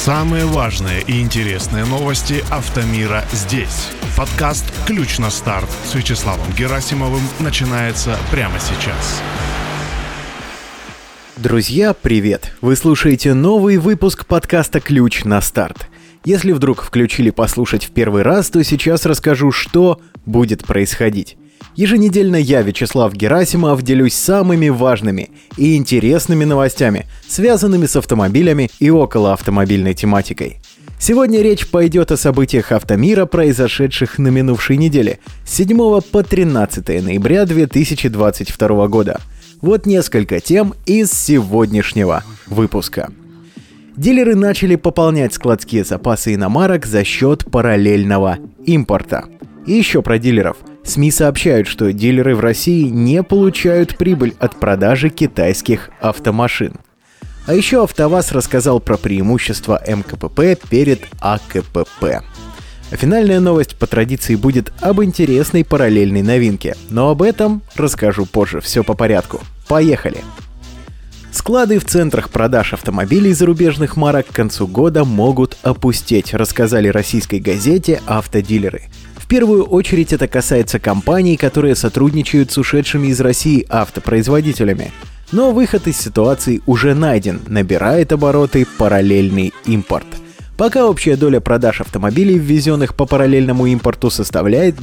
Самые важные и интересные новости автомира здесь. Подкаст «Ключ на старт» с Вячеславом Герасимовым начинается прямо сейчас. Друзья, привет! Вы слушаете новый выпуск подкаста «Ключ на старт». Если вдруг включили послушать в первый раз, то сейчас расскажу, что будет происходить. Еженедельно я, Вячеслав Герасимов, делюсь самыми важными и интересными новостями, связанными с автомобилями и околоавтомобильной тематикой. Сегодня речь пойдет о событиях автомира, произошедших на минувшей неделе, с 7 по 13 ноября 2022 года. Вот несколько тем из сегодняшнего выпуска. Дилеры начали пополнять складские запасы иномарок за счет параллельного импорта. И еще про дилеров. СМИ сообщают, что дилеры в России не получают прибыль от продажи китайских автомашин. А еще АвтоВАЗ рассказал про преимущества МКПП перед АКПП. А финальная новость по традиции будет об интересной параллельной новинке. Но об этом расскажу позже. Все по порядку. Поехали! Склады в центрах продаж автомобилей зарубежных марок к концу года могут опустеть, рассказали российской газете «Автодилеры». В первую очередь это касается компаний, которые сотрудничают с ушедшими из России автопроизводителями. Но выход из ситуации уже найден, набирает обороты параллельный импорт. Пока общая доля продаж автомобилей, ввезенных по параллельному импорту, составляет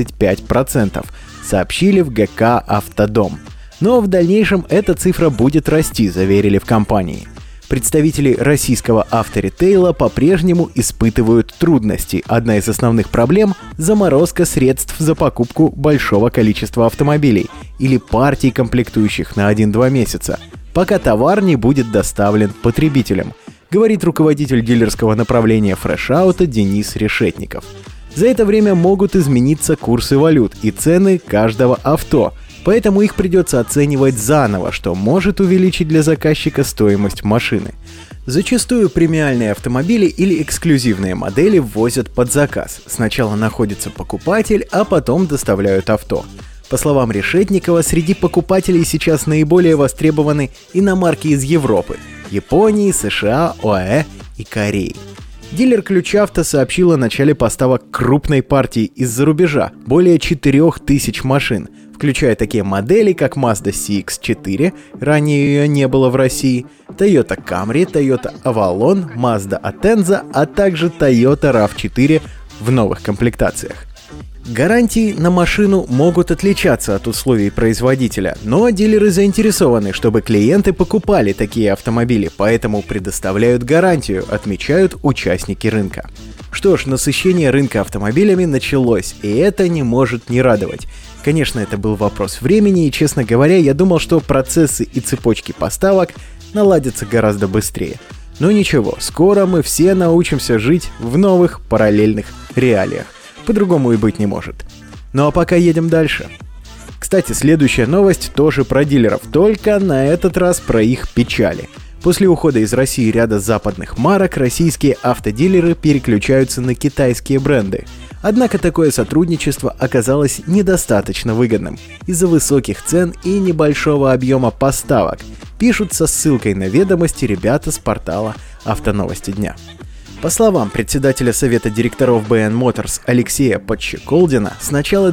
25%, сообщили в ГК «Автодом». Но в дальнейшем эта цифра будет расти, заверили в компании. Представители российского авторитейла по-прежнему испытывают трудности. Одна из основных проблем – заморозка средств за покупку большого количества автомобилей или партий комплектующих на 1-2 месяца, пока товар не будет доставлен потребителям, говорит руководитель дилерского направления Fresh Auto Денис Решетников. За это время могут измениться курсы валют и цены каждого авто, поэтому их придется оценивать заново, что может увеличить для заказчика стоимость машины. Зачастую премиальные автомобили или эксклюзивные модели ввозят под заказ. Сначала находится покупатель, а потом доставляют авто. По словам Решетникова, среди покупателей сейчас наиболее востребованы иномарки из Европы, Японии, США, ОАЭ и Кореи. Дилер «Ключ Авто» сообщил о начале поставок крупной партии из-за рубежа, более 4000 машин, включая такие модели, как Mazda CX-4, ранее ее не было в России, Toyota Camry, Toyota Avalon, Mazda Atenza, а также Toyota RAV4 в новых комплектациях. Гарантии на машину могут отличаться от условий производителя, но дилеры заинтересованы, чтобы клиенты покупали такие автомобили, поэтому предоставляют гарантию, отмечают участники рынка. Что ж, насыщение рынка автомобилями началось, и это не может не радовать. Конечно, это был вопрос времени, и, честно говоря, я думал, что процессы и цепочки поставок наладятся гораздо быстрее. Но ничего, скоро мы все научимся жить в новых параллельных реалиях. По-другому и быть не может. Ну а пока едем дальше. Кстати, следующая новость тоже про дилеров, только на этот раз про их печали. После ухода из России ряда западных марок, российские автодилеры переключаются на китайские бренды. Однако такое сотрудничество оказалось недостаточно выгодным из-за высоких цен и небольшого объема поставок, пишут со ссылкой на ведомости ребята с портала «Автоновости дня». По словам председателя совета директоров БН Motors Алексея Подщеколдина, с начала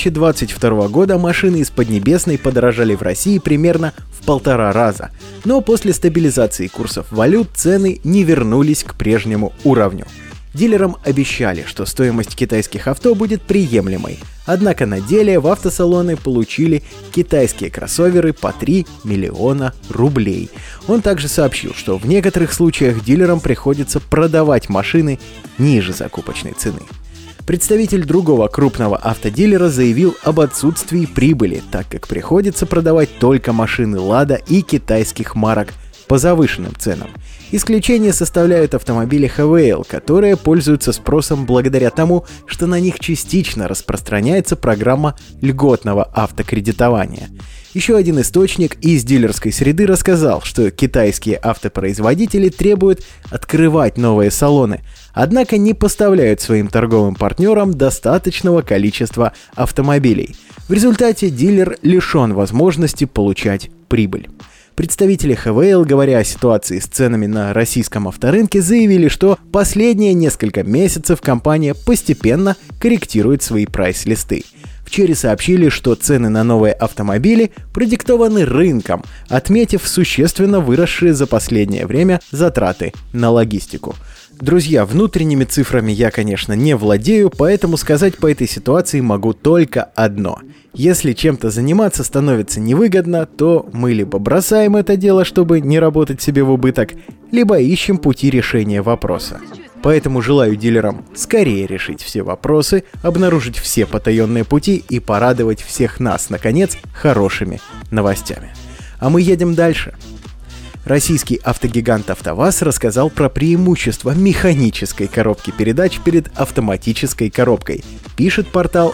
2022 года машины из Поднебесной подорожали в России примерно в 1,5 раза, но после стабилизации курсов валют цены не вернулись к прежнему уровню. Дилерам обещали, что стоимость китайских авто будет приемлемой, однако на деле в автосалоны получили китайские кроссоверы по 3 миллиона рублей. Он также сообщил, что в некоторых случаях дилерам приходится продавать машины ниже закупочной цены. Представитель другого крупного автодилера заявил об отсутствии прибыли, так как приходится продавать только машины «Лада» и китайских марок по завышенным ценам. Исключение составляют автомобили ХВЛ, которые пользуются спросом благодаря тому, что на них частично распространяется программа льготного автокредитования. Еще один источник из дилерской среды рассказал, что китайские автопроизводители требуют открывать новые салоны, однако не поставляют своим торговым партнерам достаточного количества автомобилей. В результате дилер лишен возможности получать прибыль. Представители ХВЛ, говоря о ситуации с ценами на российском авторынке, заявили, что последние несколько месяцев компания постепенно корректирует свои прайс-листы. В Chery сообщили, что цены на новые автомобили продиктованы рынком, отметив существенно выросшие за последнее время затраты на логистику. Друзья, внутренними цифрами я, конечно, не владею, поэтому сказать по этой ситуации могу только одно. Если чем-то заниматься становится невыгодно, то мы либо бросаем это дело, чтобы не работать себе в убыток, либо ищем пути решения вопроса. Поэтому желаю дилерам скорее решить все вопросы, обнаружить все потаенные пути и порадовать всех нас, наконец, хорошими новостями. А мы едем дальше. Российский автогигант АвтоВАЗ рассказал про преимущества механической коробки передач перед автоматической коробкой, пишет портал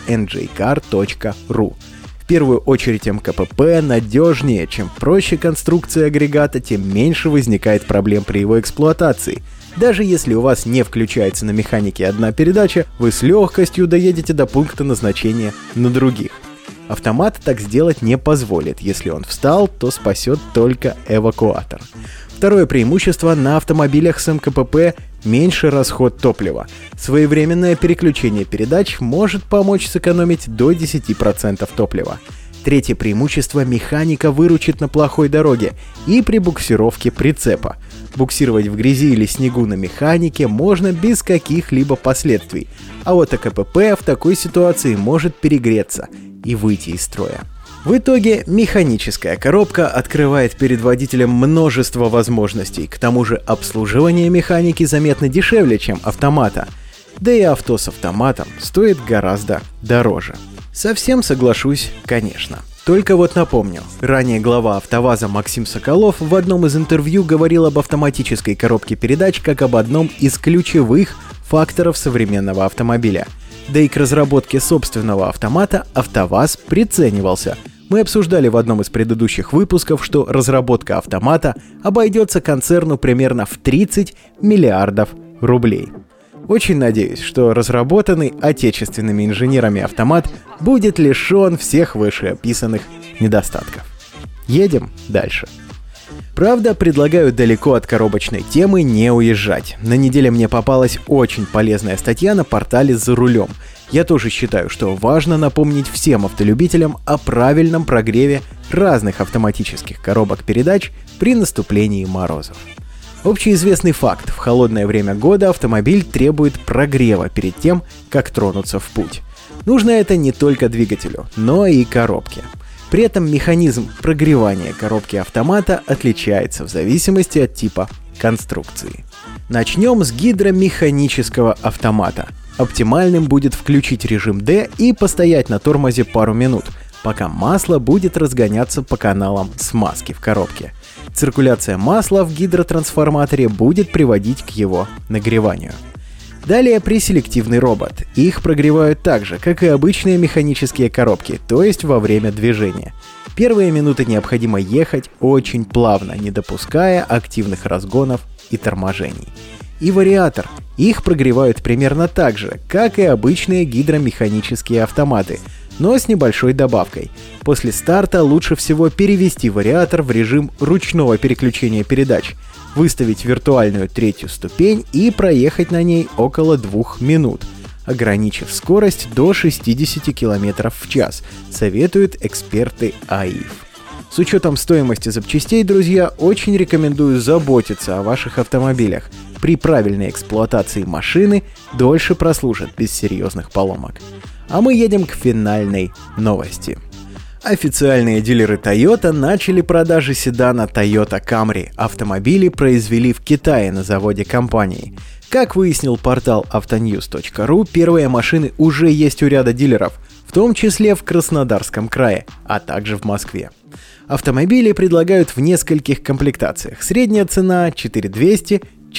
njcar.ru. В первую очередь МКПП надежнее. Чем проще конструкция агрегата, тем меньше возникает проблем при его эксплуатации. Даже если у вас не включается на механике одна передача, вы с легкостью доедете до пункта назначения на других. Автомат так сделать не позволит. Если он встал, то спасет только эвакуатор. Второе преимущество: на автомобилях с МКПП меньше расход топлива. Своевременное переключение передач может помочь сэкономить до 10% топлива. Третье преимущество: механика выручит на плохой дороге и при буксировке прицепа. Буксировать в грязи или снегу на механике можно без каких-либо последствий, а вот АКПП в такой ситуации может перегреться и выйти из строя. В итоге механическая коробка открывает перед водителем множество возможностей, к тому же обслуживание механики заметно дешевле, чем автомата. Да и авто с автоматом стоит гораздо дороже. Совсем соглашусь, конечно. Только вот напомню, ранее глава АвтоВАЗа Максим Соколов в одном из интервью говорил об автоматической коробке передач как об одном из ключевых факторов современного автомобиля. Да и к разработке собственного автомата АвтоВАЗ приценивался. Мы обсуждали в одном из предыдущих выпусков, что разработка автомата обойдется концерну примерно в 30 миллиардов рублей. Очень надеюсь, что разработанный отечественными инженерами автомат будет лишен всех вышеописанных недостатков. Едем дальше. Правда, предлагаю далеко от коробочной темы не уезжать. На неделе мне попалась очень полезная статья на портале «За рулем». Я тоже считаю, что важно напомнить всем автолюбителям о правильном прогреве разных автоматических коробок передач при наступлении морозов. Общеизвестный факт: в холодное время года автомобиль требует прогрева перед тем, как тронуться в путь. Нужно это не только двигателю, но и коробке. При этом механизм прогревания коробки автомата отличается в зависимости от типа конструкции. Начнем с гидромеханического автомата. Оптимальным будет включить режим D и постоять на тормозе пару минут, пока масло будет разгоняться по каналам смазки в коробке. Циркуляция масла в гидротрансформаторе будет приводить к его нагреванию. Далее преселективный робот. Их прогревают так же, как и обычные механические коробки, то есть во время движения. Первые минуты необходимо ехать очень плавно, не допуская активных разгонов и торможений. И вариатор. Их прогревают примерно так же, как и обычные гидромеханические автоматы, но с небольшой добавкой. После старта лучше всего перевести вариатор в режим ручного переключения передач, выставить виртуальную третью ступень и проехать на ней около 2 минут, ограничив скорость до 60 км в час, советуют эксперты АИФ. С учетом стоимости запчастей, друзья, очень рекомендую заботиться о ваших автомобилях. При правильной эксплуатации машины дольше прослужат без серьезных поломок. А мы едем к финальной новости. Официальные дилеры Toyota начали продажи седана Toyota Camry. Автомобили произвели в Китае на заводе компании. Как выяснил портал autonews.ru, первые машины уже есть у ряда дилеров, в том числе в Краснодарском крае, а также в Москве. Автомобили предлагают в нескольких комплектациях. Средняя цена 4200,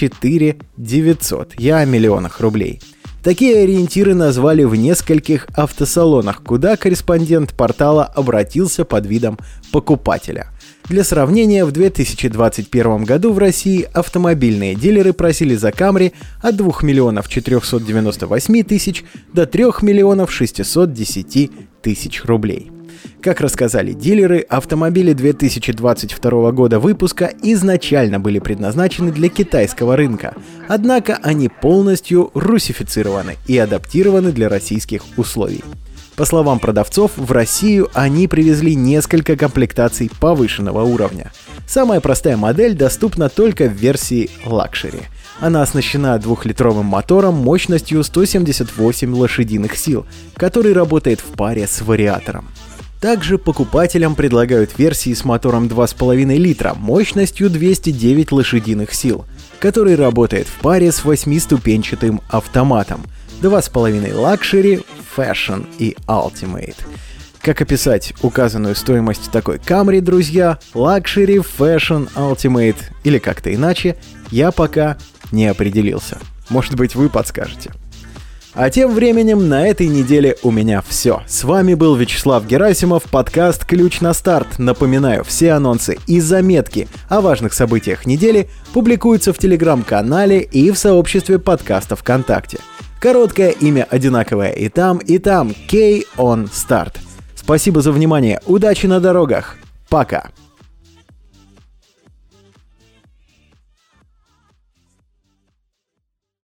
4900. Я о миллионах рублей. Такие ориентиры назвали в нескольких автосалонах, куда корреспондент портала обратился под видом покупателя. Для сравнения, в 2021 году в России автомобильные дилеры просили за Camry от 2 миллионов 498 тысяч до 3 миллионов 610 тысяч рублей. Как рассказали дилеры, автомобили 2022 года выпуска изначально были предназначены для китайского рынка, однако они полностью русифицированы и адаптированы для российских условий. По словам продавцов, в Россию они привезли несколько комплектаций повышенного уровня. Самая простая модель доступна только в версии Luxury. Она оснащена 2-литровым мотором мощностью 178 лошадиных сил, который работает в паре с вариатором. Также покупателям предлагают версии с мотором 2,5 литра мощностью 209 лошадиных сил, который работает в паре с 8-ступенчатым автоматом. 2,5 Luxury, Fashion и Ultimate. Как описать указанную стоимость такой Camry, друзья? Luxury, Fashion, Ultimate или как-то иначе, я пока не определился. Может быть, вы подскажете. А тем временем на этой неделе у меня все. С вами был Вячеслав Герасимов, подкаст «Ключ на старт». Напоминаю, все анонсы и заметки о важных событиях недели публикуются в телеграм-канале и в сообществе подкаста ВКонтакте. Короткое имя одинаковое и там, K on Start. Спасибо за внимание, удачи на дорогах, пока!